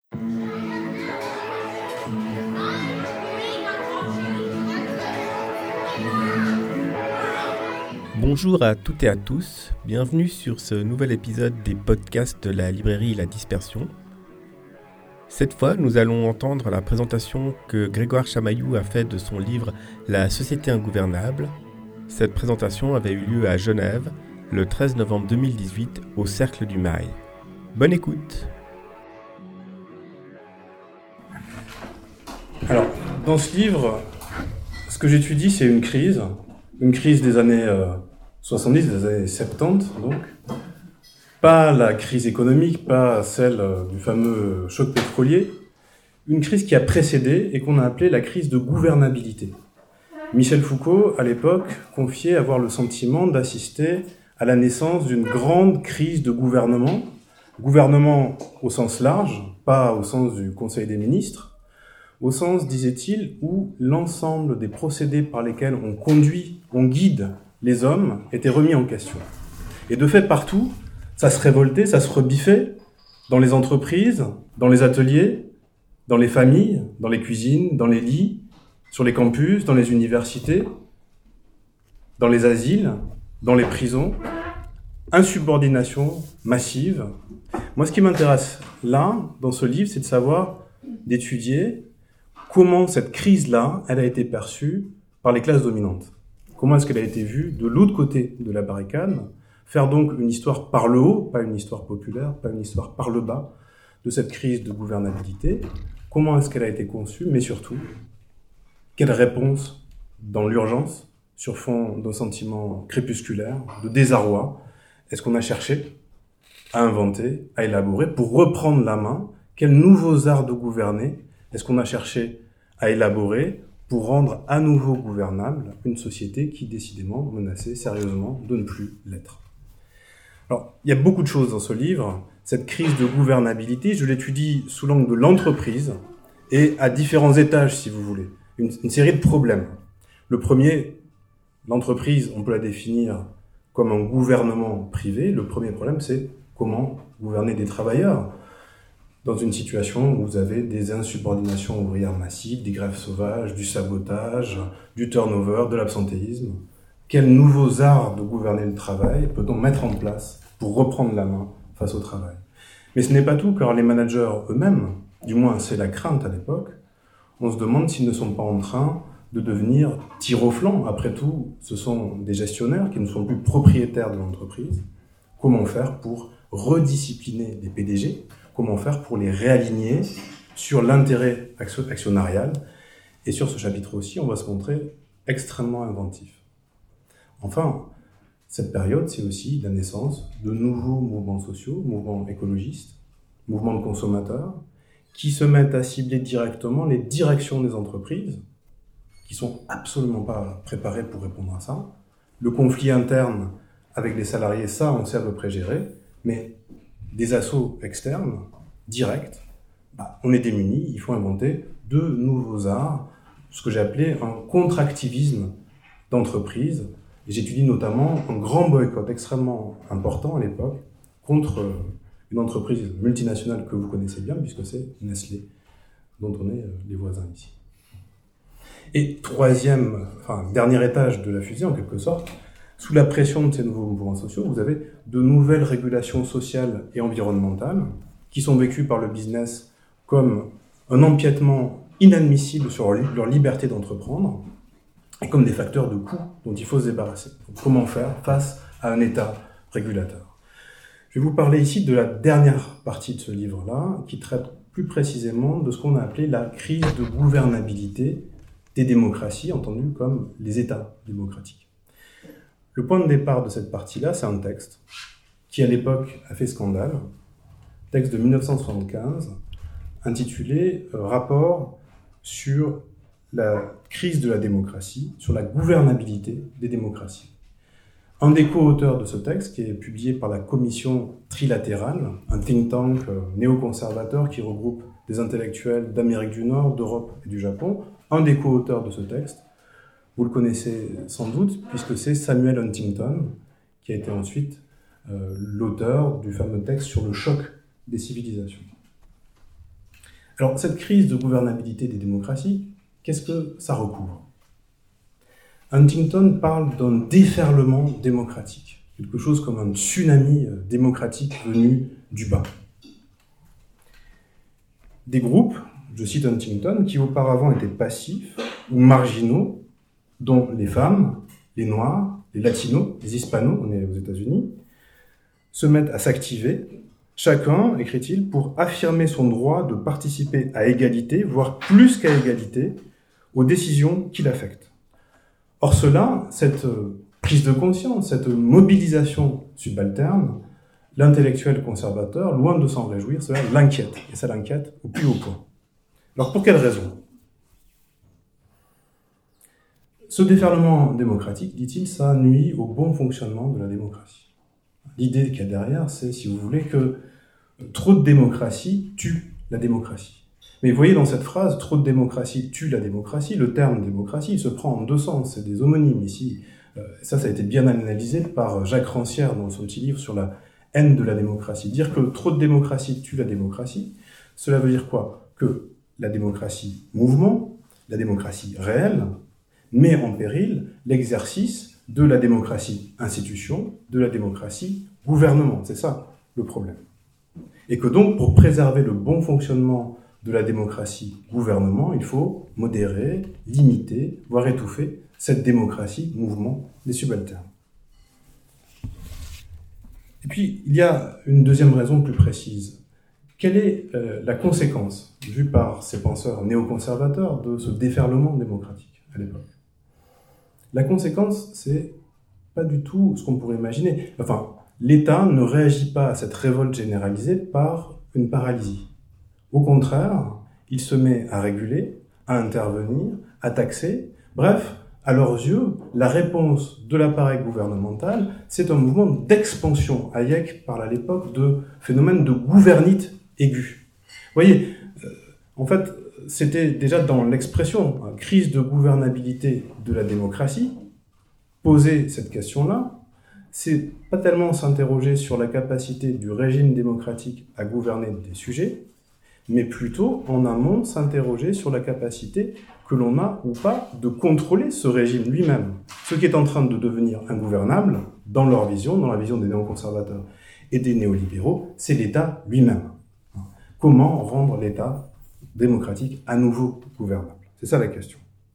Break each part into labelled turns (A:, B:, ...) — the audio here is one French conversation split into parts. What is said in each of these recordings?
A: Bonjour à toutes et à tous, bienvenue sur ce nouvel épisode des podcasts de la librairie La Dispersion. Cette fois, nous allons entendre la présentation que Grégoire Chamaillou a faite de son livre La Société ingouvernable. Cette présentation avait eu lieu à Genève le 13 novembre 2018 au Cercle du Mail. Bonne écoute.
B: Alors, dans ce livre, ce que j'étudie, c'est une crise des années 70, des années 70, donc. Pas la crise économique, pas celle du fameux choc pétrolier. Une crise qui a précédé et qu'on a appelée la crise de gouvernabilité. Michel Foucault, à l'époque, confiait avoir le sentiment d'assister à la naissance d'une grande crise de gouvernement. Gouvernement au sens large, pas au sens du Conseil des ministres, au sens, disait-il, où l'ensemble des procédés par lesquels on guide les hommes étaient remis en question. Et de fait, partout, ça se révoltait, ça se rebiffait, dans les entreprises, dans les ateliers, dans les familles, dans les cuisines, dans les lits, sur les campus, dans les universités, dans les asiles, dans les prisons. Insubordination massive. Moi, ce qui m'intéresse là, dans ce livre, c'est de savoir, d'étudier comment cette crise-là, elle a été perçue par les classes dominantes. Comment est-ce qu'elle a été vue de l'autre côté de la barricade? Faire donc une histoire par le haut, pas une histoire populaire, pas une histoire par le bas, de cette crise de gouvernabilité. Comment est-ce qu'elle a été conçue, mais surtout, quelle réponse dans l'urgence, sur fond d'un sentiment crépusculaire, de désarroi, est-ce qu'on a cherché à inventer, à élaborer, pour reprendre la main? Quels nouveaux arts de gouverner est-ce qu'on a cherché à élaborer pour rendre à nouveau gouvernable une société qui, décidément, menaçait sérieusement de ne plus l'être? Alors, il y a beaucoup de choses dans ce livre. Cette crise de gouvernabilité, je l'étudie sous l'angle de l'entreprise et à différents étages, si vous voulez. Une série de problèmes. Le premier, l'entreprise, on peut la définir comme un gouvernement privé. Le premier problème, c'est comment gouverner des travailleurs dans une situation où vous avez des insubordinations ouvrières massives, des grèves sauvages, du sabotage, du turnover, de l'absentéisme. Quels nouveaux arts de gouverner le travail peut-on mettre en place pour reprendre la main face au travail? Mais ce n'est pas tout, car les managers eux-mêmes, du moins c'est la crainte à l'époque, on se demande s'ils ne sont pas en train de devenir tir au flanc. Après tout, ce sont des gestionnaires qui ne sont plus propriétaires de l'entreprise. Comment faire pour rediscipliner les PDG? Comment faire pour les réaligner sur l'intérêt actionnarial? Et sur ce chapitre aussi, on va se montrer extrêmement inventif. Enfin, cette période, c'est aussi la naissance de nouveaux mouvements sociaux, mouvements écologistes, mouvements de consommateurs, qui se mettent à cibler directement les directions des entreprises, qui sont absolument pas préparées pour répondre à ça. Le conflit interne avec les salariés, ça, on sait à peu près gérer, mais des assauts externes, directs, on est démunis, il faut inventer de nouveaux arts, ce que j'ai appelé un contre-activisme d'entreprise. Et j'étudie notamment un grand boycott extrêmement important à l'époque contre une entreprise multinationale que vous connaissez bien, puisque c'est Nestlé, dont on est les voisins ici. Et dernier étage de la fusée, en quelque sorte, sous la pression de ces nouveaux mouvements sociaux, vous avez de nouvelles régulations sociales et environnementales qui sont vécues par le business comme un empiètement inadmissible sur leur liberté d'entreprendre, et comme des facteurs de coût dont il faut se débarrasser. Donc, comment faire face à un État régulateur? Je vais vous parler ici de la dernière partie de ce livre-là, qui traite plus précisément de ce qu'on a appelé la crise de gouvernabilité des démocraties, entendues comme les États démocratiques. Le point de départ de cette partie-là, c'est un texte qui, à l'époque, a fait scandale, texte de 1975, intitulé « Rapport sur la crise de la démocratie, sur la gouvernabilité des démocraties ». Un des co-auteurs de ce texte, qui est publié par la Commission trilatérale, un think tank néoconservateur qui regroupe des intellectuels d'Amérique du Nord, d'Europe et du Japon, un des co-auteurs de ce texte, vous le connaissez sans doute, puisque c'est Samuel Huntington, qui a été ensuite l'auteur du fameux texte sur le choc des civilisations. Alors, cette crise de gouvernabilité des démocraties, qu'est-ce que ça recouvre ? Huntington parle d'un déferlement démocratique, quelque chose comme un tsunami démocratique venu du bas. Des groupes, je cite Huntington, qui auparavant étaient passifs ou marginaux, dont les femmes, les noirs, les latinos, les hispanos, on est aux États-Unis, se mettent à s'activer, chacun, écrit-il, pour affirmer son droit de participer à égalité, voire plus qu'à égalité, aux décisions qui l'affectent. Or cela, cette prise de conscience, cette mobilisation subalterne, l'intellectuel conservateur, loin de s'en réjouir, cela l'inquiète, et ça l'inquiète au plus haut point. Alors pour quelle raison ? Ce déferlement démocratique, dit-il, ça nuit au bon fonctionnement de la démocratie. L'idée qu'il y a derrière, c'est, si vous voulez, que trop de démocratie tue la démocratie. Mais vous voyez dans cette phrase, trop de démocratie tue la démocratie, le terme démocratie, il se prend en deux sens, c'est des homonymes ici. Ça a été bien analysé par Jacques Rancière dans son petit livre sur la haine de la démocratie. Dire que trop de démocratie tue la démocratie, cela veut dire quoi ? Que la démocratie mouvement, la démocratie réelle, met en péril l'exercice de la démocratie institution, de la démocratie gouvernement. C'est ça le problème. Et que donc, pour préserver le bon fonctionnement de la démocratie gouvernement, il faut modérer, limiter, voire étouffer cette démocratie mouvement des subalternes. Et puis, il y a une deuxième raison plus précise. Quelle est la conséquence, vue par ces penseurs néoconservateurs, de ce déferlement démocratique à l'époque ? La conséquence, c'est pas du tout ce qu'on pourrait imaginer. Enfin, l'État ne réagit pas à cette révolte généralisée par une paralysie. Au contraire, il se met à réguler, à intervenir, à taxer. Bref, à leurs yeux, la réponse de l'appareil gouvernemental, c'est un mouvement d'expansion. Hayek parle à l'époque de phénomène de gouvernite aigu. Vous voyez, en fait, c'était déjà dans l'expression, crise de gouvernabilité de la démocratie, poser cette question-là, c'est pas tellement s'interroger sur la capacité du régime démocratique à gouverner des sujets, mais plutôt, en amont, s'interroger sur la capacité que l'on a ou pas de contrôler ce régime lui-même. Ce qui est en train de devenir ingouvernable, dans leur vision, dans la vision des néoconservateurs et des néolibéraux, c'est l'État lui-même. Comment rendre l'État démocratique à nouveau gouvernable ? C'est ça la question.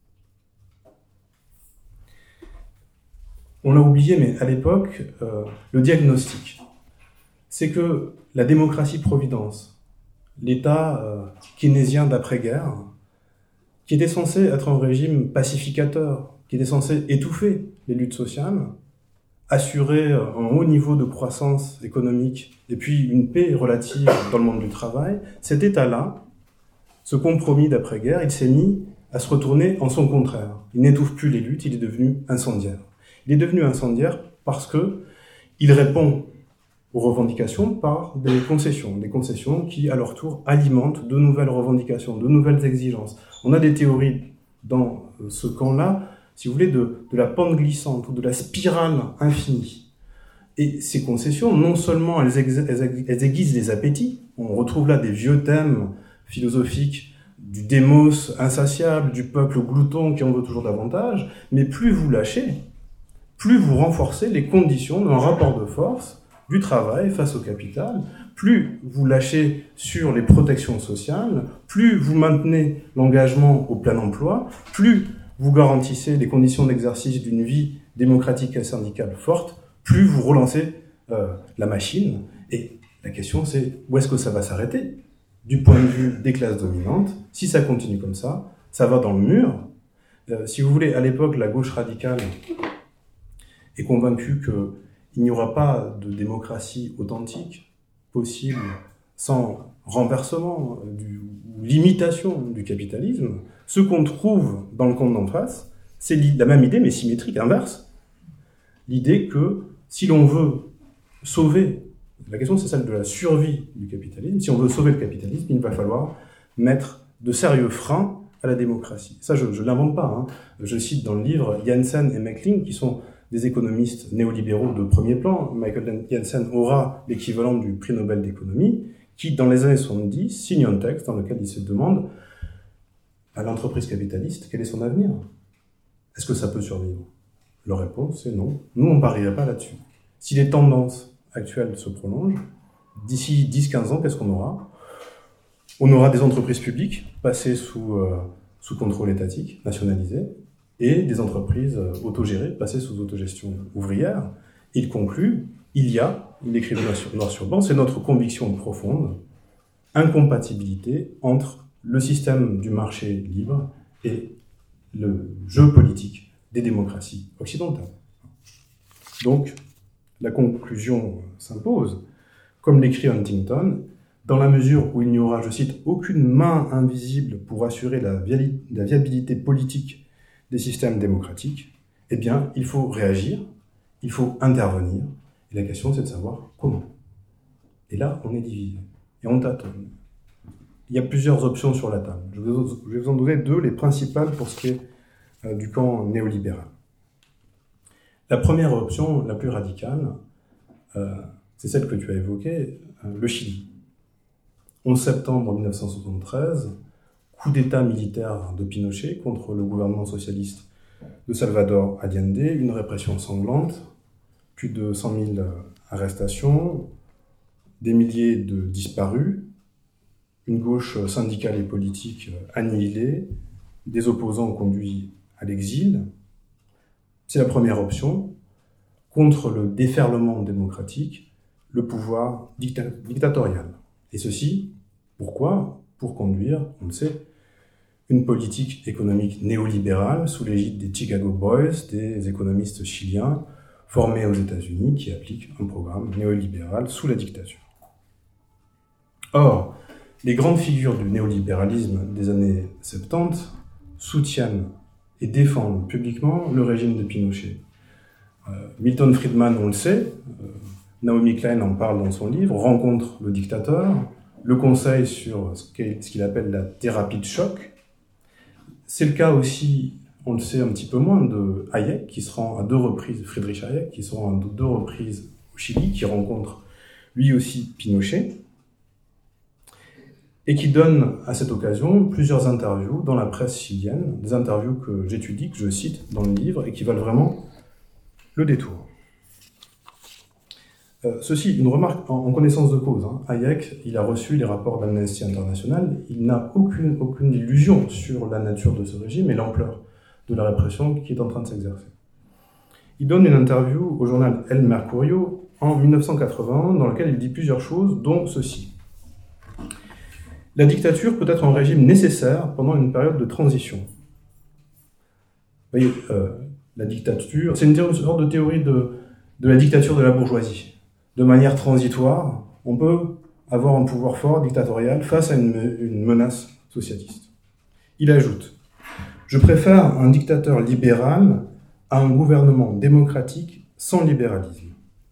B: On l'a oublié, mais à l'époque, le diagnostic, c'est que la démocratie-providence, l'État keynésien d'après-guerre, qui était censé être un régime pacificateur, qui était censé étouffer les luttes sociales, assurer un haut niveau de croissance économique et puis une paix relative dans le monde du travail, cet État-là, ce compromis d'après-guerre, il s'est mis à se retourner en son contraire. Il n'étouffe plus les luttes, il est devenu incendiaire. Il est devenu incendiaire parce que il répond aux revendications par des concessions qui, à leur tour, alimentent de nouvelles revendications, de nouvelles exigences. On a des théories dans ce camp-là, si vous voulez, de la pente glissante ou de la spirale infinie. Et ces concessions, non seulement elles aiguisent les appétits, on retrouve là des vieux thèmes philosophiques du démos insatiable, du peuple glouton qui en veut toujours davantage, mais plus vous lâchez, plus vous renforcez les conditions d'un rapport de force du travail face au capital, plus vous lâchez sur les protections sociales, plus vous maintenez l'engagement au plein emploi, plus vous garantissez les conditions d'exercice d'une vie démocratique et syndicale forte, plus vous relancez la machine. Et la question c'est, où est-ce que ça va s'arrêter ? Du point de vue des classes dominantes, si ça continue comme ça va dans le mur. Si vous voulez, à l'époque, la gauche radicale est convaincue qu'il n'y aura pas de démocratie authentique possible sans renversement ou limitation du capitalisme. Ce qu'on trouve dans le camp d'en face, c'est la même idée, mais symétrique, inverse. L'idée que si l'on veut sauver, la question c'est celle de la survie du capitalisme, si on veut sauver le capitalisme, il va falloir mettre de sérieux freins à la démocratie. Ça, je ne l'invente pas. Je cite dans le livre Jensen et Meckling, qui sont des économistes néolibéraux de premier plan. Michael Jensen aura l'équivalent du prix Nobel d'économie, qui, dans les années 70, signe un texte dans lequel il se demande à l'entreprise capitaliste quel est son avenir. Est-ce que ça peut survivre? Leur réponse est non. Nous, on ne parierait pas là-dessus. Si les tendances actuelles se prolongent, d'ici 10-15 ans, qu'est-ce qu'on aura? On aura des entreprises publiques passées sous contrôle étatique, nationalisées, et des entreprises autogérées passées sous autogestion ouvrière. Il conclut, il écrit noir sur blanc, c'est notre conviction profonde, incompatibilité entre le système du marché libre et le jeu politique des démocraties occidentales. Donc, la conclusion s'impose, comme l'écrit Huntington, dans la mesure où il n'y aura, je cite, aucune main invisible pour assurer la viabilité politique des systèmes démocratiques, eh bien, il faut réagir, il faut intervenir, et la question c'est de savoir comment. Et là, on est divisé, et on tâtonne. Il y a plusieurs options sur la table. Je vais vous en donner deux, les principales pour ce qui est du camp néolibéral. La première option, la plus radicale, c'est celle que tu as évoquée, le Chili. 11 septembre 1973, coup d'État militaire de Pinochet contre le gouvernement socialiste de Salvador Allende, une répression sanglante, plus de 100 000 arrestations, des milliers de disparus, une gauche syndicale et politique annihilée, des opposants conduits à l'exil. C'est la première option. Contre le déferlement démocratique, le pouvoir dictatorial. Et ceci, pourquoi? Pour conduire, on le sait, une politique économique néolibérale sous l'égide des Chicago Boys, des économistes chiliens formés aux États-Unis qui appliquent un programme néolibéral sous la dictature. Or, les grandes figures du néolibéralisme des années 70 soutiennent et défendent publiquement le régime de Pinochet. Milton Friedman, on le sait, Naomi Klein en parle dans son livre, rencontre le dictateur, le conseille sur ce qu'il appelle la thérapie de choc. C'est le cas aussi, on le sait un petit peu moins, de Hayek, qui se rend à 2 reprises, Friedrich Hayek, qui se rend à 2 reprises au Chili, qui rencontre lui aussi Pinochet, et qui donne à cette occasion plusieurs interviews dans la presse chilienne, des interviews que j'étudie, que je cite dans le livre, et qui valent vraiment le détour. Ceci, une remarque en connaissance de cause. Hayek, il a reçu les rapports d'Amnesty International, il n'a aucune illusion sur la nature de ce régime et l'ampleur de la répression qui est en train de s'exercer. Il donne une interview au journal El Mercurio en 1981, dans laquelle il dit plusieurs choses, dont ceci. La dictature peut être un régime nécessaire pendant une période de transition. Vous voyez, la dictature, c'est une sorte de théorie de la dictature de la bourgeoisie. De manière transitoire, on peut avoir un pouvoir fort, dictatorial, face à une menace socialiste. Il ajoute « Je préfère un dictateur libéral à un gouvernement démocratique sans libéralisme.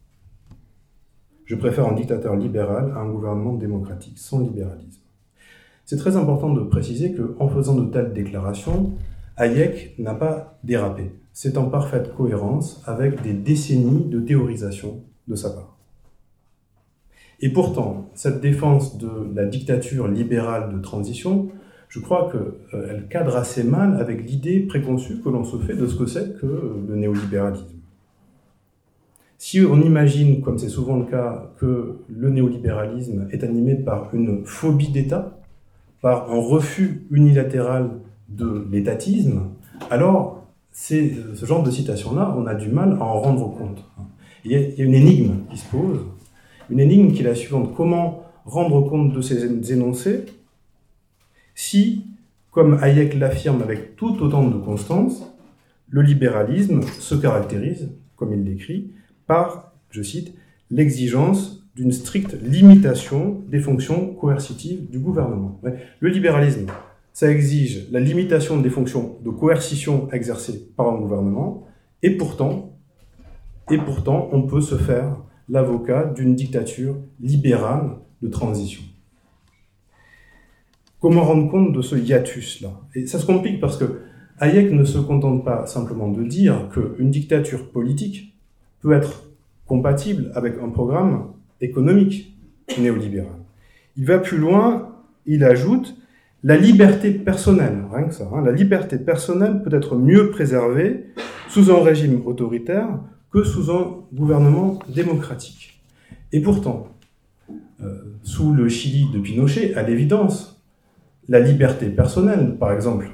B: Je préfère un dictateur libéral à un gouvernement démocratique sans libéralisme. » C'est très important de préciser qu'en faisant de telles déclarations, Hayek n'a pas dérapé. C'est en parfaite cohérence avec des décennies de théorisation de sa part. Et pourtant, cette défense de la dictature libérale de transition, je crois qu'elle cadre assez mal avec l'idée préconçue que l'on se fait de ce que c'est que le néolibéralisme. Si on imagine, comme c'est souvent le cas, que le néolibéralisme est animé par une phobie d'État, par un refus unilatéral de l'étatisme, alors ce genre de citation-là, on a du mal à en rendre compte. Il y a une énigme qui se pose, une énigme qui est la suivante. Comment rendre compte de ces énoncés si, comme Hayek l'affirme avec tout autant de constance, le libéralisme se caractérise, comme il l'écrit, par, je cite, l'exigence d'une stricte limitation des fonctions coercitives du gouvernement. Le libéralisme, ça exige la limitation des fonctions de coercition exercées par un gouvernement, et pourtant, on peut se faire l'avocat d'une dictature libérale de transition. Comment rendre compte de ce hiatus-là? Et ça se complique parce que Hayek ne se contente pas simplement de dire qu'une dictature politique peut être compatible avec un programme économique néolibéral. Il va plus loin, il ajoute la liberté personnelle, rien que ça. La liberté personnelle peut être mieux préservée sous un régime autoritaire que sous un gouvernement démocratique. Et pourtant, sous le Chili de Pinochet, à l'évidence, la liberté personnelle, par exemple,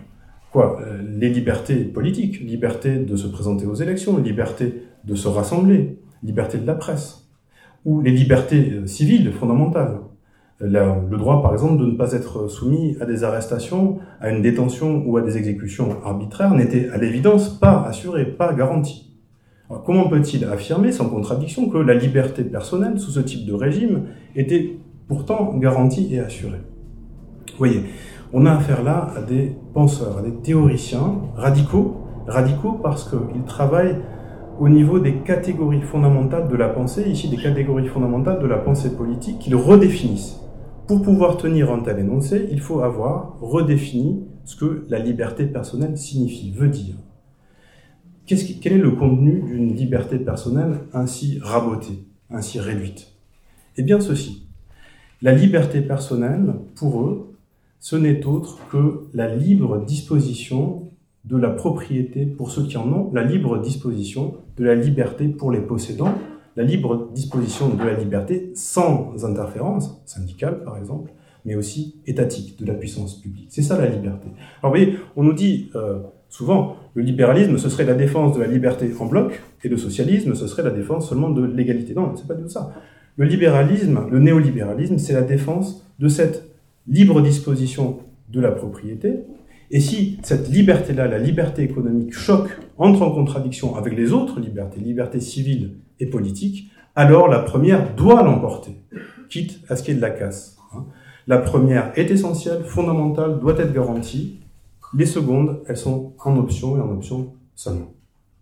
B: les libertés politiques, liberté de se présenter aux élections, liberté de se rassembler, liberté de la presse, ou les libertés civiles fondamentales. Le droit, par exemple, de ne pas être soumis à des arrestations, à une détention ou à des exécutions arbitraires n'était à l'évidence pas assuré, pas garanti. Alors, comment peut-il affirmer, sans contradiction, que la liberté personnelle, sous ce type de régime, était pourtant garantie et assurée ? Vous voyez, on a affaire là à des penseurs, à des théoriciens radicaux parce qu'ils travaillent au niveau des catégories fondamentales de la pensée, ici des catégories fondamentales de la pensée politique, qu'ils redéfinissent. Pour pouvoir tenir un tel énoncé, il faut avoir redéfini ce que la liberté personnelle signifie, veut dire. Quel est le contenu d'une liberté personnelle ainsi rabotée, ainsi réduite ? Eh bien ceci. La liberté personnelle, pour eux, ce n'est autre que la libre disposition de la propriété pour ceux qui en ont, la libre disposition de la liberté pour les possédants, la libre disposition de la liberté sans interférence, syndicale par exemple, mais aussi étatique, de la puissance publique. C'est ça la liberté. Alors vous voyez, on nous dit souvent, le libéralisme, ce serait la défense de la liberté en bloc, et le socialisme, ce serait la défense seulement de l'égalité. Non, c'est pas du tout ça. Le libéralisme, le néolibéralisme, c'est la défense de cette libre disposition de la propriété. Et si cette liberté-là, la liberté économique, choque, entre en contradiction avec les autres libertés, liberté civile et politique, alors la première doit l'emporter, quitte à ce qu'il y ait de la casse. La première est essentielle, fondamentale, doit être garantie. Les secondes, elles sont en option et en option seulement.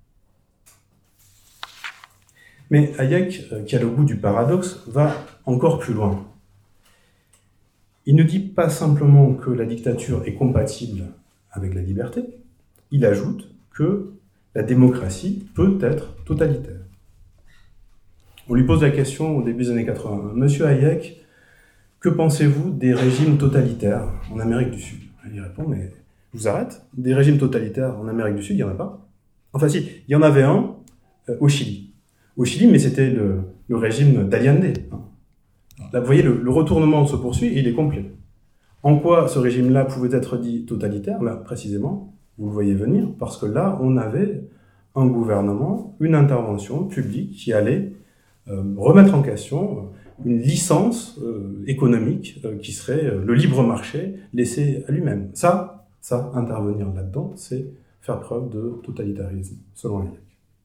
B: Mais Hayek, qui a le goût du paradoxe, va encore plus loin. Il ne dit pas simplement que la dictature est compatible avec la liberté, il ajoute que la démocratie peut être totalitaire. On lui pose la question au début des années 80. « Monsieur Hayek, que pensez-vous des régimes totalitaires en Amérique du Sud ?» Il répond « Mais je vous arrête, des régimes totalitaires en Amérique du Sud, il n'y en a pas. » Enfin si, il y en avait un au Chili. Au Chili, mais c'était le régime d'Allende. Là, vous voyez, le retournement se poursuit et il est complet. En quoi ce régime-là pouvait être dit totalitaire ? Précisément, vous le voyez venir, parce que là, on avait un gouvernement, une intervention publique qui allait remettre en question une licence économique qui serait le libre marché laissé à lui-même. Ça, intervenir là-dedans, c'est faire preuve de totalitarisme, selon Hayek.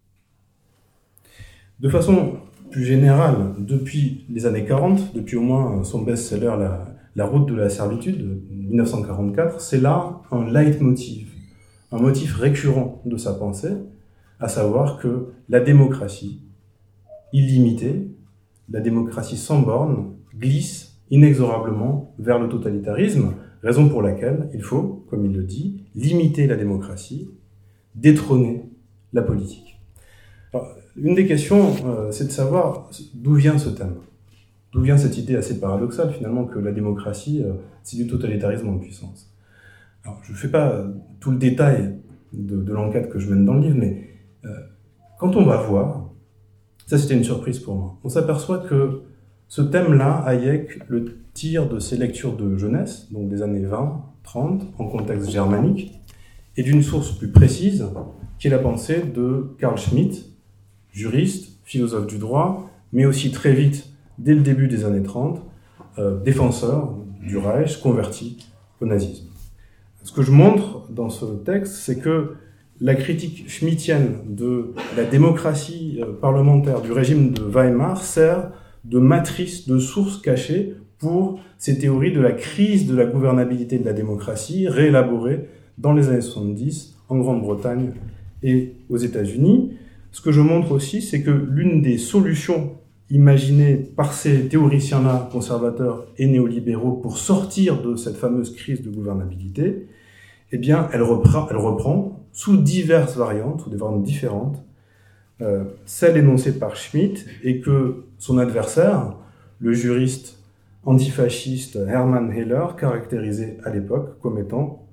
B: De façon plus générale, depuis les années 40, depuis au moins son best-seller La route de la servitude, de 1944, c'est là un leitmotiv, un motif récurrent de sa pensée, à savoir que la démocratie illimitée, la démocratie sans bornes, glisse inexorablement vers le totalitarisme, raison pour laquelle il faut, comme il le dit, limiter la démocratie, détrôner la politique. Alors, une des questions, c'est de savoir d'où vient ce thème. D'où vient cette idée assez paradoxale, finalement, que la démocratie, c'est du totalitarisme en puissance. Alors, je ne fais pas tout le détail de l'enquête que je mène dans le livre, mais quand on va voir, ça c'était une surprise pour moi, on s'aperçoit que ce thème-là, Hayek le tire de ses lectures de jeunesse, donc des années 20, 30, en contexte germanique, et d'une source plus précise, qui est la pensée de Carl Schmitt, juriste, philosophe du droit, mais aussi très vite, dès le début des années 30, défenseur du Reich, converti au nazisme. Ce que je montre dans ce texte, c'est que la critique schmittienne de la démocratie parlementaire du régime de Weimar sert de matrice, de source cachée pour ces théories de la crise de la gouvernabilité de la démocratie, réélaborées dans les années 70 en Grande-Bretagne et aux États-Unis. Ce que je montre aussi, c'est que l'une des solutions imaginées par ces théoriciens-là, conservateurs et néolibéraux, pour sortir de cette fameuse crise de gouvernabilité, eh bien, elle reprend sous diverses variantes, ou des variantes différentes, celle énoncée par Schmitt, et que son adversaire, le juriste antifasciste Hermann Heller caractérisait à l'époque comme étant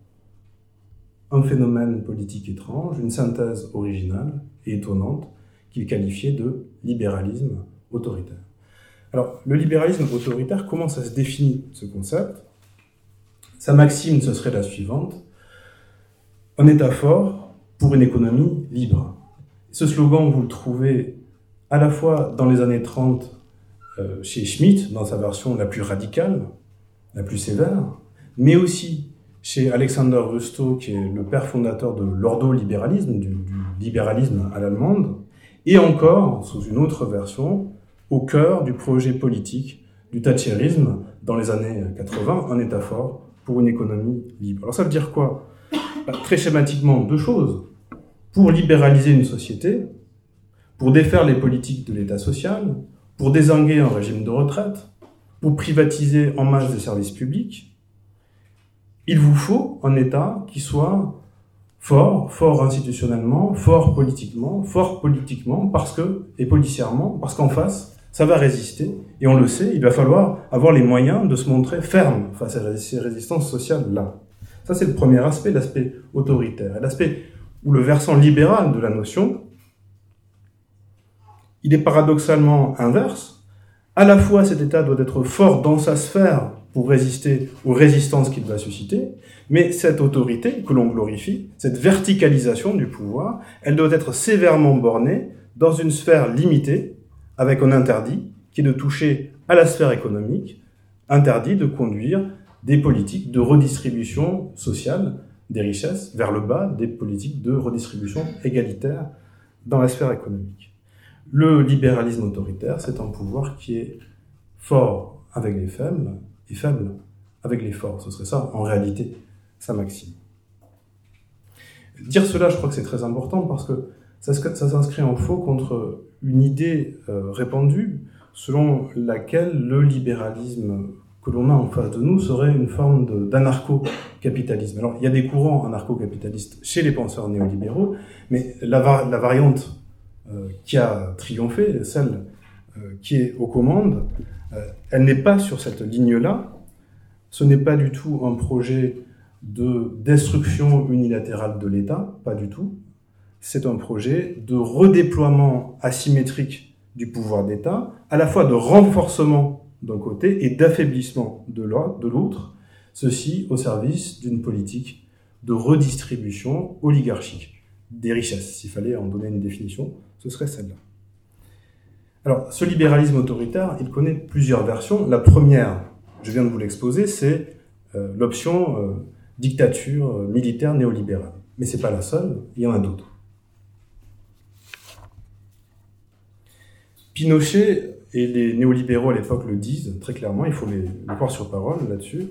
B: un phénomène politique étrange, une synthèse originale et étonnante qu'il qualifiait de libéralisme autoritaire. Alors, le libéralisme autoritaire, comment ça se définit, ce concept ? Sa maxime, ce serait la suivante. Un État fort pour une économie libre. Ce slogan, vous le trouvez à la fois dans les années 30 chez Schmitt, dans sa version la plus radicale, la plus sévère, mais aussi chez Alexander Rustow, qui est le père fondateur de l'ordolibéralisme, du libéralisme à l'allemande, et encore, sous une autre version, au cœur du projet politique du thatcherisme dans les années 80, un État fort pour une économie libre. Alors ça veut dire quoi ? Très schématiquement, deux choses. Pour libéraliser une société, pour défaire les politiques de l'État social, pour dézinguer un régime de retraite, pour privatiser en masse des services publics, il vous faut un État qui soit fort institutionnellement, fort politiquement, parce que, et policièrement, parce qu'en face, ça va résister, et on le sait, il va falloir avoir les moyens de se montrer ferme face à ces résistances sociales-là. Ça, c'est le premier aspect, l'aspect autoritaire. Et l'aspect où le versant libéral de la notion, il est paradoxalement inverse. À la fois, cet État doit être fort dans sa sphère pour résister aux résistances qu'il va susciter, mais cette autorité que l'on glorifie, cette verticalisation du pouvoir, elle doit être sévèrement bornée dans une sphère limitée, avec un interdit qui est de toucher à la sphère économique, interdit de conduire des politiques de redistribution sociale des richesses vers le bas, des politiques de redistribution égalitaire dans la sphère économique. Le libéralisme autoritaire, c'est un pouvoir qui est fort avec les faibles et faible avec les forts. Ce serait ça, en réalité, sa maxime. Dire cela, je crois que c'est très important parce que ça s'inscrit en faux contre une idée répandue selon laquelle le libéralisme que l'on a en face de nous serait une forme d'anarcho-capitalisme. Alors, il y a des courants anarcho-capitalistes chez les penseurs néolibéraux, mais la variante qui a triomphé, celle qui est aux commandes, elle n'est pas sur cette ligne-là. Ce n'est pas du tout un projet de destruction unilatérale de l'État, pas du tout. C'est un projet de redéploiement asymétrique du pouvoir d'État, à la fois de renforcement d'un côté et d'affaiblissement de l'autre, ceci au service d'une politique de redistribution oligarchique des richesses. S'il fallait en donner une définition, ce serait celle-là. Alors, ce libéralisme autoritaire, il connaît plusieurs versions. La première, je viens de vous l'exposer, c'est l'option dictature militaire néolibérale. Mais c'est pas la seule, il y en a d'autres. Pinochet et les néolibéraux à l'époque le disent très clairement, il faut les croire sur parole là-dessus.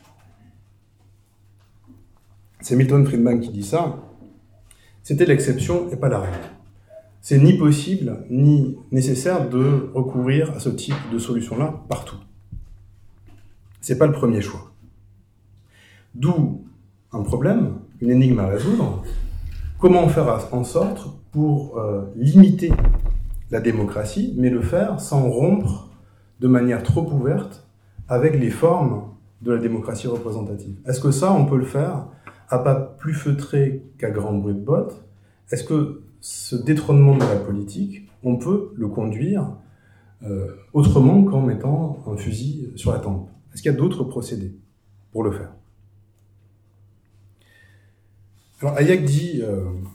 B: C'est Milton Friedman qui dit ça. C'était l'exception et pas la règle. C'est ni possible ni nécessaire de recourir à ce type de solution-là partout. C'est pas le premier choix. D'où un problème, une énigme à résoudre. Comment faire en sorte pour limiter la démocratie, mais le faire sans rompre de manière trop ouverte avec les formes de la démocratie représentative. Est-ce que ça, on peut le faire à pas plus feutré qu'à grand bruit de bottes ? Est-ce que ce détrônement de la politique, on peut le conduire autrement qu'en mettant un fusil sur la tempe ? Est-ce qu'il y a d'autres procédés pour le faire ? Alors Hayek dit...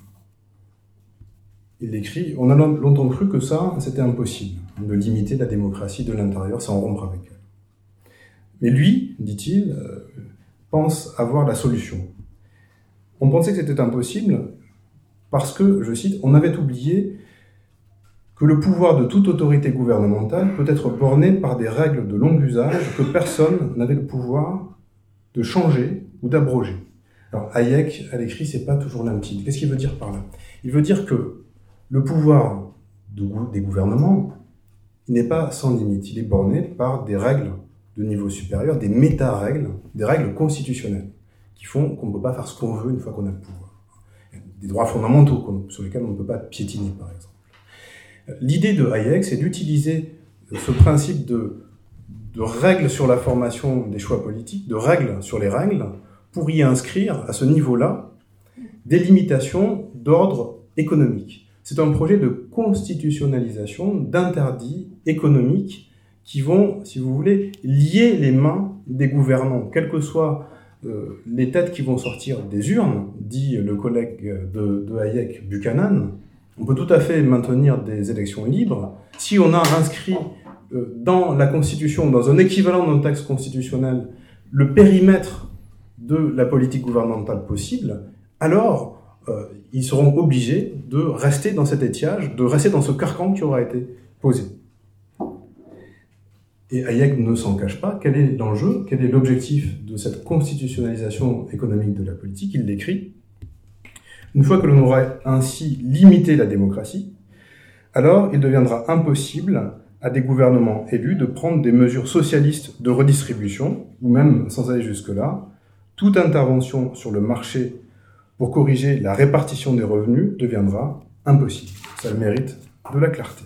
B: il écrit « On a longtemps cru que ça, c'était impossible, de limiter la démocratie de l'intérieur sans rompre avec elle. » Mais lui, dit-il, pense avoir la solution. On pensait que c'était impossible parce que, je cite, « on avait oublié que le pouvoir de toute autorité gouvernementale peut être borné par des règles de long usage que personne n'avait le pouvoir de changer ou d'abroger. » Alors Hayek, à l'écrit, c'est pas toujours limpide. Qu'est-ce qu'il veut dire par là ? Il veut dire que le pouvoir des gouvernements n'est pas sans limite. Il est borné par des règles de niveau supérieur, des méta-règles, des règles constitutionnelles qui font qu'on ne peut pas faire ce qu'on veut une fois qu'on a le pouvoir. Des droits fondamentaux sur lesquels on ne peut pas piétiner, par exemple. L'idée de Hayek, c'est d'utiliser ce principe de de règles sur la formation des choix politiques, de règles sur les règles, pour y inscrire, à ce niveau-là, des limitations d'ordre économique. C'est un projet de constitutionnalisation d'interdits économiques qui vont, si vous voulez, lier les mains des gouvernants, quelles que soient les têtes qui vont sortir des urnes, dit le collègue de Hayek, Buchanan. On peut tout à fait maintenir des élections libres si on a inscrit dans la Constitution, dans un équivalent d'un texte constitutionnel, le périmètre de la politique gouvernementale possible, alors ils seront obligés de rester dans cet étiage, de rester dans ce carcan qui aura été posé. Et Hayek ne s'en cache pas. Quel est l'enjeu, quel est l'objectif de cette constitutionnalisation économique de la politique? Il l'écrit. Une fois que l'on aura ainsi limité la démocratie, alors il deviendra impossible à des gouvernements élus de prendre des mesures socialistes de redistribution, ou même, sans aller jusque-là, toute intervention sur le marché pour corriger la répartition des revenus deviendra impossible. Ça a le mérite de la clarté.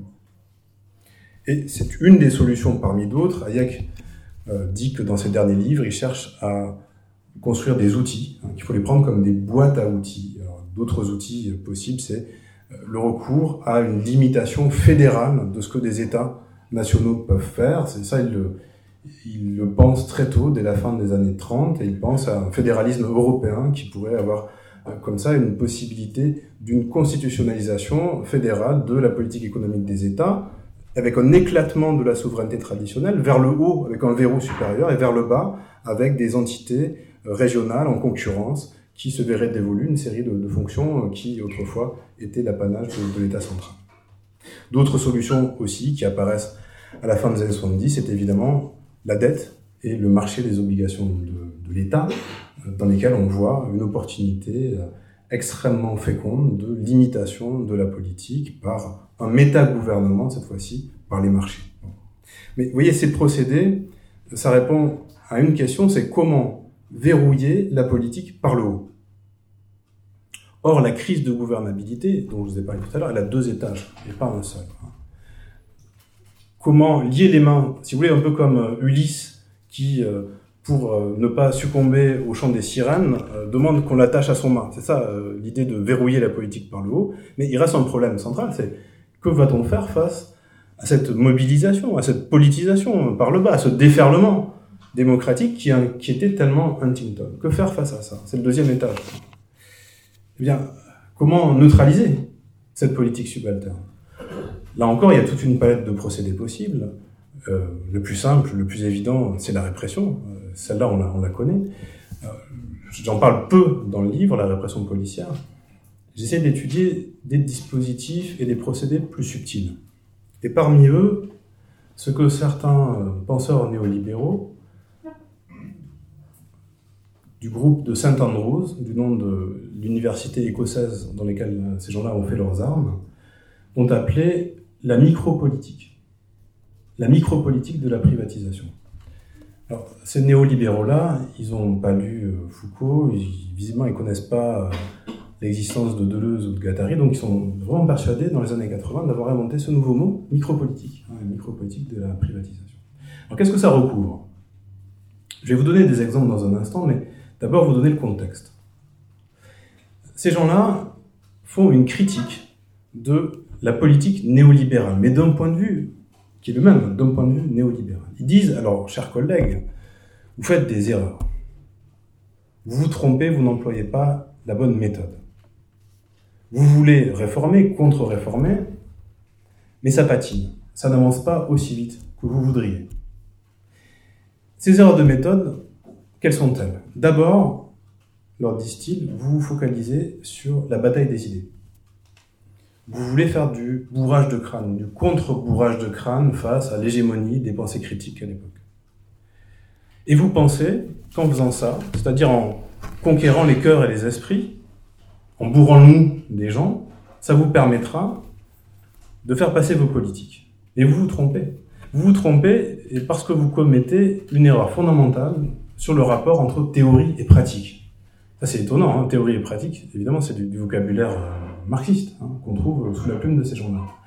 B: Et c'est une des solutions parmi d'autres. Hayek dit que dans ses derniers livres, il cherche à construire des outils, qu'il faut les prendre comme des boîtes à outils. Alors, d'autres outils possibles, c'est le recours à une limitation fédérale de ce que des États nationaux peuvent faire. C'est ça, il le pense très tôt, dès la fin des années 30, et il pense à un fédéralisme européen qui pourrait avoir comme ça une possibilité d'une constitutionnalisation fédérale de la politique économique des États, avec un éclatement de la souveraineté traditionnelle vers le haut avec un verrou supérieur et vers le bas avec des entités régionales en concurrence qui se verraient dévolues une série de fonctions qui autrefois étaient l'apanage de l'État central. D'autres solutions aussi qui apparaissent à la fin des années 70, c'est évidemment la dette et le marché des obligations de l'État, dans lesquels on voit une opportunité extrêmement féconde de limitation de la politique par un méta-gouvernement, cette fois-ci, par les marchés. Mais vous voyez, ces procédés, ça répond à une question, c'est comment verrouiller la politique par le haut. Or, la crise de gouvernabilité, dont je vous ai parlé tout à l'heure, elle a deux étages, et pas un seul. Comment lier les mains, si vous voulez, un peu comme Ulysse, qui, pour ne pas succomber au chant des sirènes, demande qu'on l'attache à son mât. C'est ça, l'idée de verrouiller la politique par le haut. Mais il reste un problème central, c'est que va-t-on faire face à cette mobilisation, à cette politisation par le bas, à ce déferlement démocratique qui inquiétait tellement Huntington? Que faire face à ça? C'est le deuxième étage. Eh bien, comment neutraliser cette politique subalterne? Là encore, il y a toute une palette de procédés possibles. Le plus simple, le plus évident, c'est la répression. Celle-là, on la connaît. J'en parle peu dans le livre, la répression policière. J'essaie d'étudier des dispositifs et des procédés plus subtils. Et parmi eux, ce que certains penseurs néolibéraux du groupe de St Andrews, du nom de l'université écossaise dans laquelle ces gens-là ont fait leurs armes, ont appelé la micropolitique. La micropolitique de la privatisation. Alors, ces néolibéraux-là, ils n'ont pas lu Foucault, visiblement ils ne connaissent pas l'existence de Deleuze ou de Guattari, donc ils sont vraiment persuadés, dans les années 80, d'avoir inventé ce nouveau mot, micropolitique, la micropolitique de la privatisation. Alors qu'est-ce que ça recouvre? Je vais vous donner des exemples dans un instant, mais d'abord vous donner le contexte. Ces gens-là font une critique de la politique néolibérale, mais d'un point de vue qui est le même, d'un point de vue néolibéral. Ils disent, alors, chers collègues, vous faites des erreurs. Vous vous trompez, vous n'employez pas la bonne méthode. Vous voulez réformer, contre-réformer, mais ça patine. Ça n'avance pas aussi vite que vous voudriez. Ces erreurs de méthode, quelles sont-elles? D'abord, leur disent-ils, vous vous focalisez sur la bataille des idées. Vous voulez faire du bourrage de crâne, du contre-bourrage de crâne face à l'hégémonie des pensées critiques à l'époque. Et vous pensez qu'en faisant ça, c'est-à-dire en conquérant les cœurs et les esprits, en bourrant le mou des gens, ça vous permettra de faire passer vos politiques. Et vous vous trompez. Vous vous trompez parce que vous commettez une erreur fondamentale sur le rapport entre théorie et pratique. Ça c'est étonnant, hein, théorie et pratique, évidemment c'est du vocabulaire marxiste, qu'on trouve sous la plume de ces gens-là.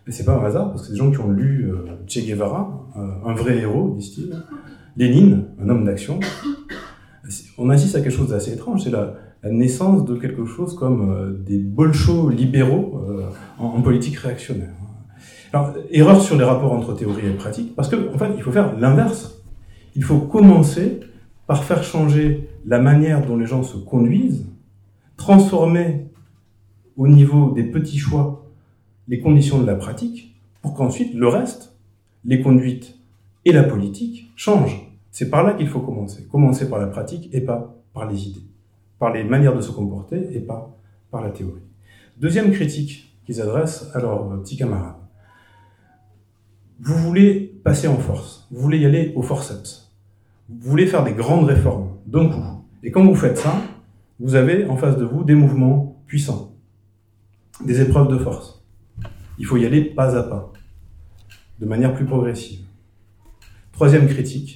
B: Et c'est pas un hasard, parce que c'est des gens qui ont lu Che Guevara, un vrai héros, disent-ils, Lénine, un homme d'action. On assiste à quelque chose d'assez étrange, c'est la naissance de quelque chose comme des bolchos libéraux en politique réactionnaire. Alors, erreur sur les rapports entre théorie et pratique, parce que en fait, il faut faire l'inverse. Il faut commencer par faire changer la manière dont les gens se conduisent, transformer au niveau des petits choix les conditions de la pratique, pour qu'ensuite le reste, les conduites et la politique, changent. C'est par là qu'il faut commencer. Commencer par la pratique et pas par les idées. Par les manières de se comporter et pas par la théorie. Deuxième critique qu'ils adressent à leurs petits camarades. Vous voulez passer en force. Vous voulez y aller au forceps. Vous voulez faire des grandes réformes d'un coup. Et quand vous faites ça, vous avez en face de vous des mouvements puissants. Des épreuves de force. Il faut y aller pas à pas. De manière plus progressive. Troisième critique.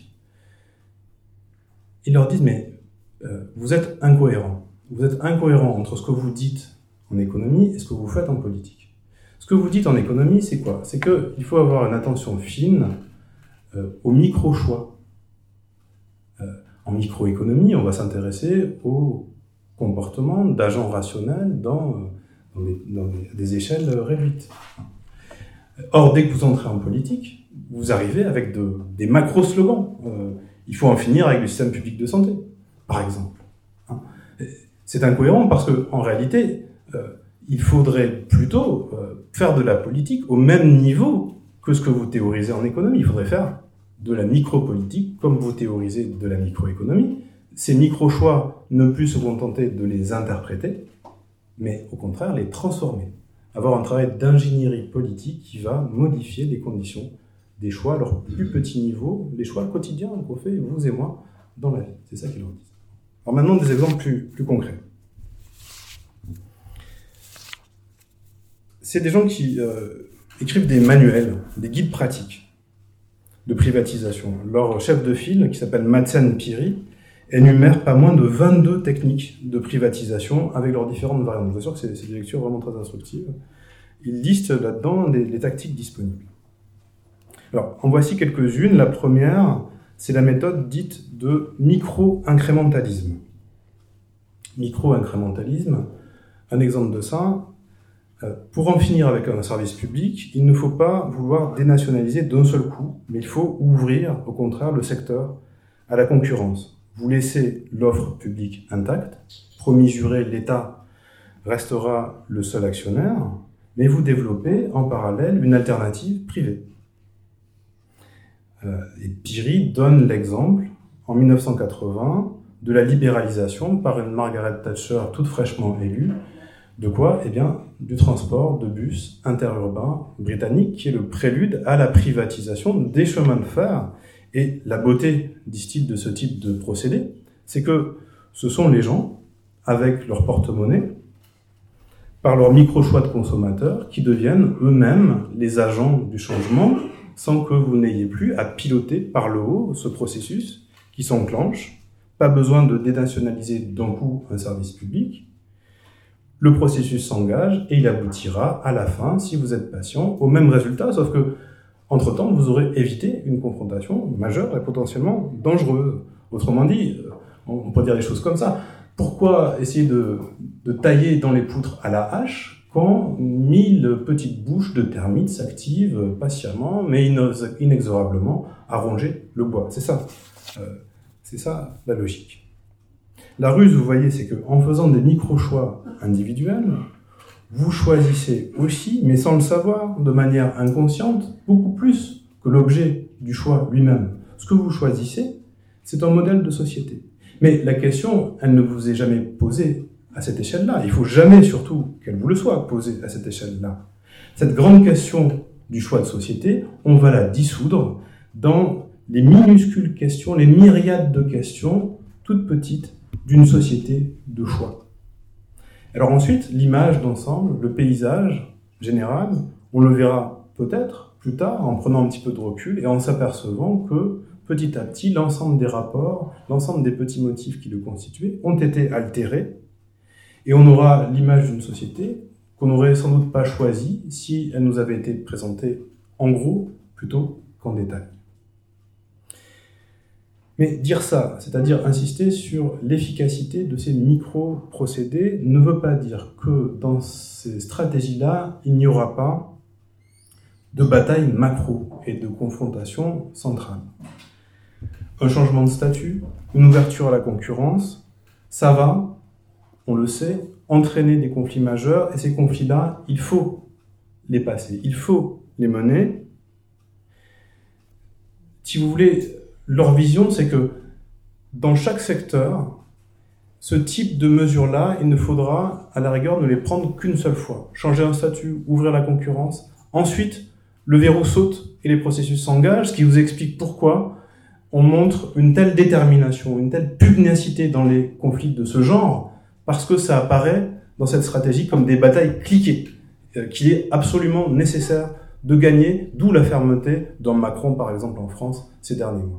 B: Ils leur disent, mais vous êtes incohérents. Vous êtes incohérents entre ce que vous dites en économie et ce que vous faites en politique. Ce que vous dites en économie, c'est quoi? C'est qu'il faut avoir une attention fine au micro-choix. En microéconomie, on va s'intéresser au comportement d'agents rationnels dans des échelles réduites. Or, dès que vous entrez en politique, vous arrivez avec des macro-slogans. Il faut en finir avec le système public de santé, par exemple. C'est incohérent parce qu'en réalité, il faudrait plutôt faire de la politique au même niveau que ce que vous théorisez en économie. Il faudrait faire de la micro-politique comme vous théorisez de la microéconomie. Ces micro-choix, ne plus se contenter de les interpréter, mais au contraire les transformer. Avoir un travail d'ingénierie politique qui va modifier les conditions des choix à leur plus petit niveau, les choix quotidiens qu'on fait, vous et moi, dans la vie. C'est ça qu'ils leur disent. Alors maintenant, des exemples plus concrets. C'est des gens qui écrivent des manuels, des guides pratiques de privatisation. Leur chef de file, qui s'appelle Madsen Piri, énumère pas moins de 22 techniques de privatisation avec leurs différentes variantes. Je vous assure que c'est des lectures vraiment très instructives. Ils listent là-dedans les tactiques disponibles. Alors, en voici quelques-unes. La première, c'est la méthode dite de micro-incrémentalisme. Micro-incrémentalisme, un exemple de ça, pour en finir avec un service public, il ne faut pas vouloir dénationaliser d'un seul coup, mais il faut ouvrir, au contraire, le secteur à la concurrence. Vous laissez l'offre publique intacte, promis juré, l'État restera le seul actionnaire, mais vous développez en parallèle une alternative privée. Et Piri donne l'exemple, en 1980, de la libéralisation par une Margaret Thatcher toute fraîchement élue. De quoi? Eh bien, du transport de bus interurbain britannique, qui est le prélude à la privatisation des chemins de fer. Et la beauté, disent-ils, de ce type de procédé, c'est que ce sont les gens, avec leur porte-monnaie, par leur micro-choix de consommateurs, qui deviennent eux-mêmes les agents du changement, sans que vous n'ayez plus à piloter par le haut ce processus qui s'enclenche. Pas besoin de dénationaliser d'un coup un service public. Le processus s'engage et il aboutira à la fin, si vous êtes patient, au même résultat, sauf que, entre-temps, vous aurez évité une confrontation majeure et potentiellement dangereuse. Autrement dit, on peut dire des choses comme ça. Pourquoi essayer de tailler dans les poutres à la hache quand 1000 petites bouches de termites s'activent patiemment, mais inexorablement, à ronger le bois? C'est ça la logique. La ruse, vous voyez, c'est qu'en faisant des micro-choix individuels, vous choisissez aussi, mais sans le savoir, de manière inconsciente, beaucoup plus que l'objet du choix lui-même. Ce que vous choisissez, c'est un modèle de société. Mais la question, elle ne vous est jamais posée à cette échelle-là. Il ne faut jamais, surtout, qu'elle vous le soit, posée à cette échelle-là. Cette grande question du choix de société, on va la dissoudre dans les minuscules questions, les myriades de questions, toutes petites, d'une société de choix. Alors ensuite, l'image d'ensemble, le paysage général, on le verra peut-être plus tard en prenant un petit peu de recul et en s'apercevant que petit à petit, l'ensemble des rapports, l'ensemble des petits motifs qui le constituaient ont été altérés et on aura l'image d'une société qu'on n'aurait sans doute pas choisi si elle nous avait été présentée en gros plutôt qu'en détail. Mais dire ça, c'est-à-dire insister sur l'efficacité de ces micro-procédés, ne veut pas dire que dans ces stratégies-là, il n'y aura pas de bataille macro et de confrontation centrale. Un changement de statut, une ouverture à la concurrence, ça va, on le sait, entraîner des conflits majeurs, et ces conflits-là, il faut les passer, il faut les mener. Si vous voulez, leur vision, c'est que dans chaque secteur, ce type de mesures-là, il ne faudra, à la rigueur, ne les prendre qu'une seule fois. Changer un statut, ouvrir la concurrence. Ensuite, le verrou saute et les processus s'engagent, ce qui vous explique pourquoi on montre une telle détermination, une telle pugnacité dans les conflits de ce genre, parce que ça apparaît dans cette stratégie comme des batailles cliquées, qu'il est absolument nécessaire de gagner, d'où la fermeté dans Macron, par exemple, en France, ces derniers mois.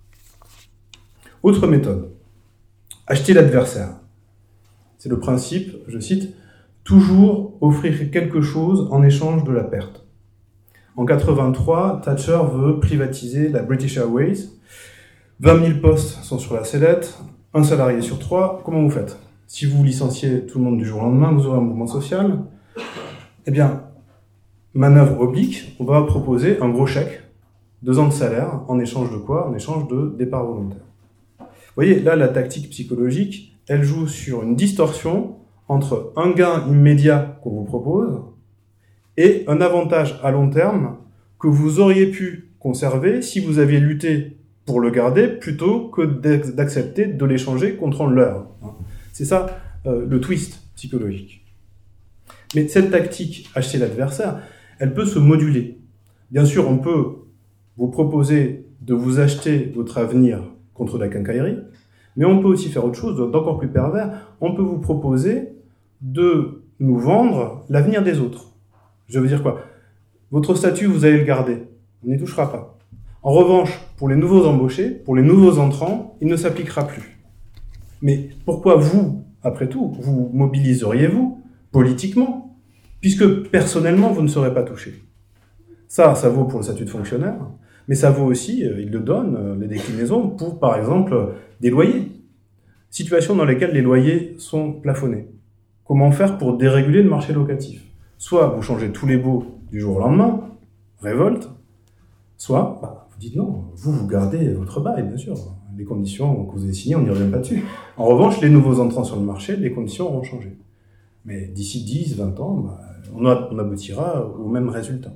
B: Autre méthode, acheter l'adversaire. C'est le principe, je cite, « toujours offrir quelque chose en échange de la perte ». En 83, Thatcher veut privatiser la British Airways. 20 000 postes sont sur la sellette, un salarié sur 3. Comment vous faites ? Si vous licenciez tout le monde du jour au lendemain, vous aurez un mouvement social. Eh bien, manœuvre oblique, on va proposer un gros chèque, 2 ans de salaire, en échange de quoi ? En échange de départ volontaire. Vous voyez, là, la tactique psychologique, elle joue sur une distorsion entre un gain immédiat qu'on vous propose et un avantage à long terme que vous auriez pu conserver si vous aviez lutté pour le garder plutôt que d'accepter de l'échanger contre un leurre. C'est ça le twist psychologique. Mais cette tactique, acheter l'adversaire, elle peut se moduler. Bien sûr, on peut vous proposer de vous acheter votre avenir contre la quincaillerie, mais on peut aussi faire autre chose, d'encore plus pervers. On peut vous proposer de nous vendre l'avenir des autres. Je veux dire quoi ? Votre statut, vous allez le garder. On n'y touchera pas. En revanche, pour les nouveaux embauchés, pour les nouveaux entrants, il ne s'appliquera plus. Mais pourquoi vous, après tout, vous mobiliseriez-vous politiquement, puisque personnellement, vous ne serez pas touché ? Ça vaut pour le statut de fonctionnaire, mais ça vaut aussi, il le donne, les déclinaisons pour, par exemple, des loyers. Situations dans lesquelles les loyers sont plafonnés. Comment faire pour déréguler le marché locatif ? Soit vous changez tous les baux du jour au lendemain, révolte, soit vous dites non, vous gardez votre bail, bien sûr. Les conditions que vous avez signées, on n'y revient pas dessus. En revanche, les nouveaux entrants sur le marché, les conditions auront changé. Mais d'ici 10, 20 ans, on aboutira au même résultat.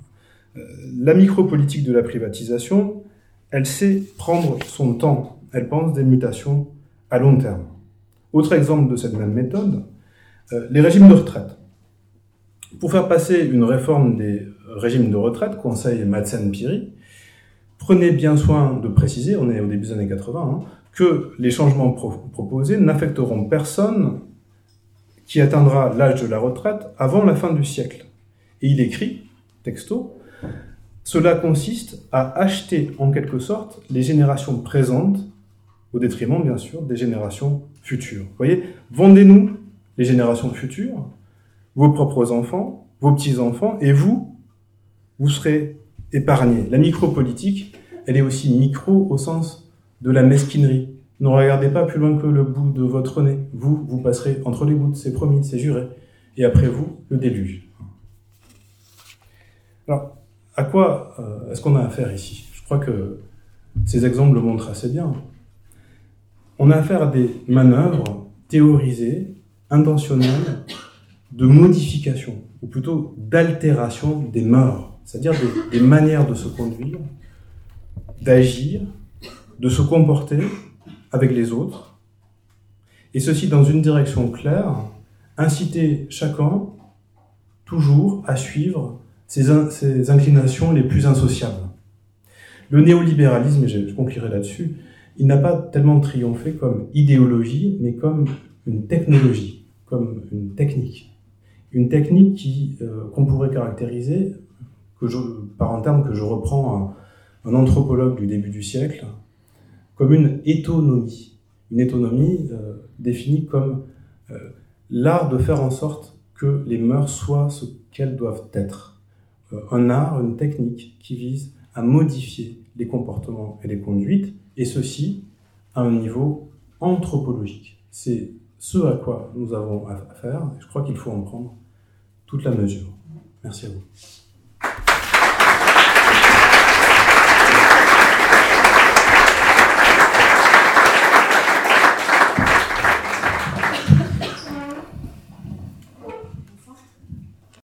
B: La micropolitique de la privatisation, elle sait prendre son temps. Elle pense des mutations à long terme. Autre exemple de cette même méthode, les régimes de retraite. Pour faire passer une réforme des régimes de retraite, conseille Madsen-Piri, prenez bien soin de préciser, on est au début des années 80, que les changements proposés n'affecteront personne qui atteindra l'âge de la retraite avant la fin du siècle. Et il écrit, texto, « Cela consiste à acheter en quelque sorte les générations présentes, au détriment bien sûr des générations futures. » Vous voyez, vendez-nous les générations futures, vos propres enfants, vos petits-enfants, et vous serez épargnés. La micropolitique, elle est aussi micro au sens de la mesquinerie. Ne regardez pas plus loin que le bout de votre nez. Vous passerez entre les gouttes, c'est promis, c'est juré. Et après vous, le déluge. Alors, à quoi est-ce qu'on a affaire ici ? Je crois que ces exemples le montrent assez bien. On a affaire à des manœuvres théorisées, intentionnelles, de modification, ou plutôt d'altération des mœurs, c'est-à-dire des manières de se conduire, d'agir, de se comporter avec les autres, et ceci dans une direction claire, inciter chacun toujours à suivre ses inclinations les plus insociables. Le néolibéralisme, et je conclurai là-dessus, il n'a pas tellement triomphé comme idéologie, mais comme une technologie, comme une technique. Une technique qu'on pourrait caractériser par un terme que je reprends un anthropologue du début du siècle, comme une étonomie. Une étonomie définie comme l'art de faire en sorte que les mœurs soient ce qu'elles doivent être. Un art, une technique qui vise à modifier les comportements et les conduites, et ceci à un niveau anthropologique. C'est ce à quoi nous avons affaire, et je crois qu'il faut en prendre toute la mesure. Merci à vous.